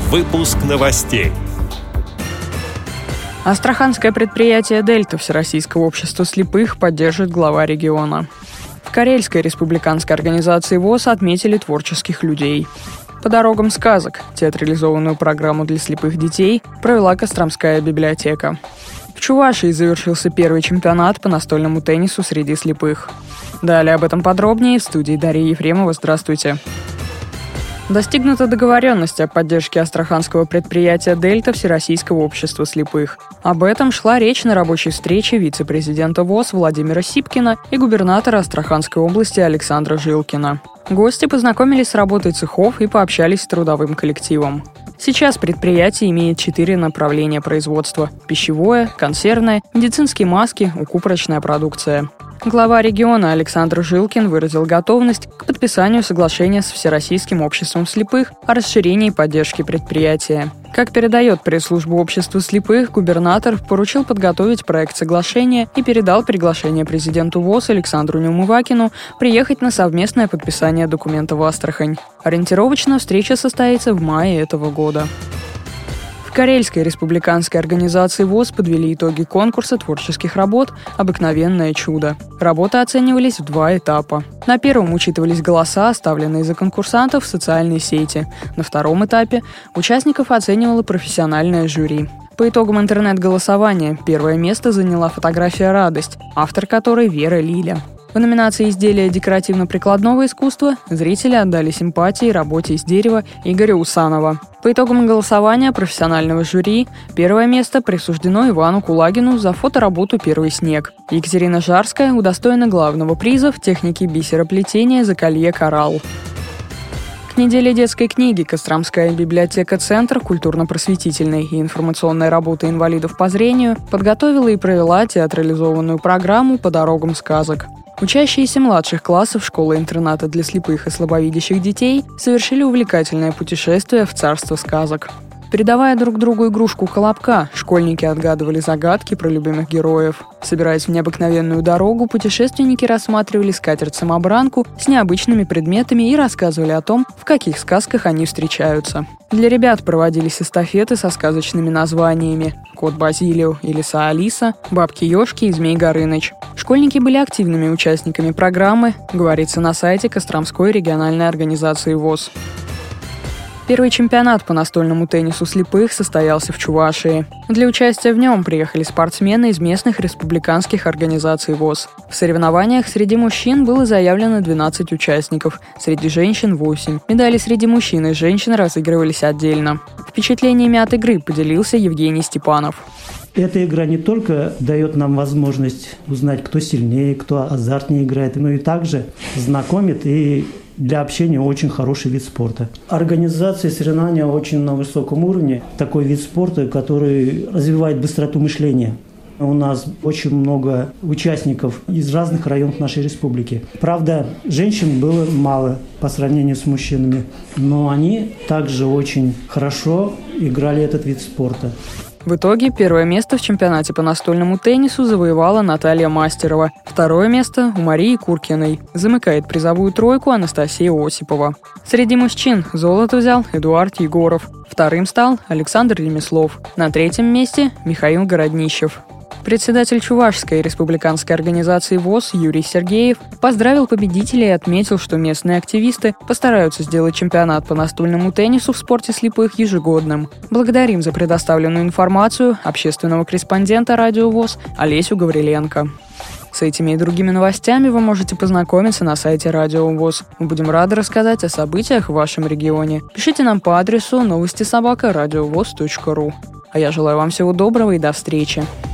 Выпуск новостей. Астраханское предприятие «Дельта» Всероссийского общества слепых поддержит глава региона. В Карельской республиканской организации ВОС отметили творческих людей. По дорогам сказок театрализованную программу для слепых детей провела Костромская библиотека. В Чувашии завершился первый чемпионат по настольному теннису среди слепых. Далее об этом подробнее в студии Дарья Ефремова. Здравствуйте. Достигнута договоренность о поддержке астраханского предприятия «Дельта» Всероссийского общества слепых. Об этом шла речь на рабочей встрече вице-президента ВОС Владимира Сипкина и губернатора Астраханской области Александра Жилкина. Гости познакомились с работой цехов и пообщались с трудовым коллективом. Сейчас предприятие имеет 4 направления производства – пищевое, консервное, медицинские маски, укупорочная продукция. Глава региона Александр Жилкин выразил готовность к подписанию соглашения с Всероссийским обществом слепых о расширении поддержки предприятия. Как передает пресс-служба общества слепых, губернатор поручил подготовить проект соглашения и передал приглашение президенту ВОС Александру Неумывакину приехать на совместное подписание документа в Астрахань. Ориентировочно встреча состоится в мае этого года. В Карельской республиканской организации ВОС подвели итоги конкурса творческих работ «Обыкновенное чудо». Работы оценивались в 2 этапа. На первом учитывались голоса, оставленные за конкурсантов в социальной сети. На втором этапе участников оценивало профессиональное жюри. По итогам интернет-голосования первое место заняла фотография «Радость», автор которой Вера Лиля. В номинации «Изделия декоративно-прикладного искусства» зрители отдали симпатии работе из дерева Игоря Усанова. По итогам голосования профессионального жюри первое место присуждено Ивану Кулагину за фотоработу «Первый снег». Екатерина Жарская удостоена главного приза в технике бисероплетения за колье «Коралл». К неделе детской книги Костромская библиотека-центр культурно-просветительной и информационной работы инвалидов по зрению подготовила и провела театрализованную программу «По дорогам сказок». Учащиеся младших классов школы-интерната для слепых и слабовидящих детей совершили увлекательное путешествие в царство сказок. Передавая друг другу игрушку «Колобка», школьники отгадывали загадки про любимых героев. Собираясь в необыкновенную дорогу, путешественники рассматривали скатерть-самобранку с необычными предметами и рассказывали о том, в каких сказках они встречаются. Для ребят проводились эстафеты со сказочными названиями «Кот Базилио» и «Лиса Алиса», «Бабки Ёшки» и «Змей Горыныч». Школьники были активными участниками программы, говорится на сайте Костромской региональной организации ВОС. Первый чемпионат по настольному теннису слепых состоялся в Чувашии. Для участия в нем приехали спортсмены из местных республиканских организаций ВОС. В соревнованиях среди мужчин было заявлено 12 участников, среди женщин – 8. Медали среди мужчин и женщин разыгрывались отдельно. Впечатлениями от игры поделился Евгений Степанов. Эта игра не только дает нам возможность узнать, кто сильнее, кто азартнее играет, но и также знакомит и для общения очень хороший вид спорта. Организация соревнований очень на высоком уровне. Такой вид спорта, который развивает быстроту мышления. У нас очень много участников из разных районов нашей республики. Правда, женщин было мало по сравнению с мужчинами, но они также очень хорошо играли этот вид спорта. В итоге первое место в чемпионате по настольному теннису завоевала Наталья Мастерова. Второе место у Марии Куркиной. Замыкает призовую тройку Анастасия Осипова. Среди мужчин золото взял Эдуард Егоров. Вторым стал Александр Ремеслов. На третьем месте Михаил Городнищев. Председатель Чувашской республиканской организации ВОС Юрий Сергеев поздравил победителей и отметил, что местные активисты постараются сделать чемпионат по настольному теннису в спорте слепых ежегодным. Благодарим за предоставленную информацию общественного корреспондента радио ВОС Олесю Гавриленко. С этими и другими новостями вы можете познакомиться на сайте Радио ВОС. Мы будем рады рассказать о событиях в вашем регионе. Пишите нам по адресу новости@радиовос.ру. А я желаю вам всего доброго и до встречи.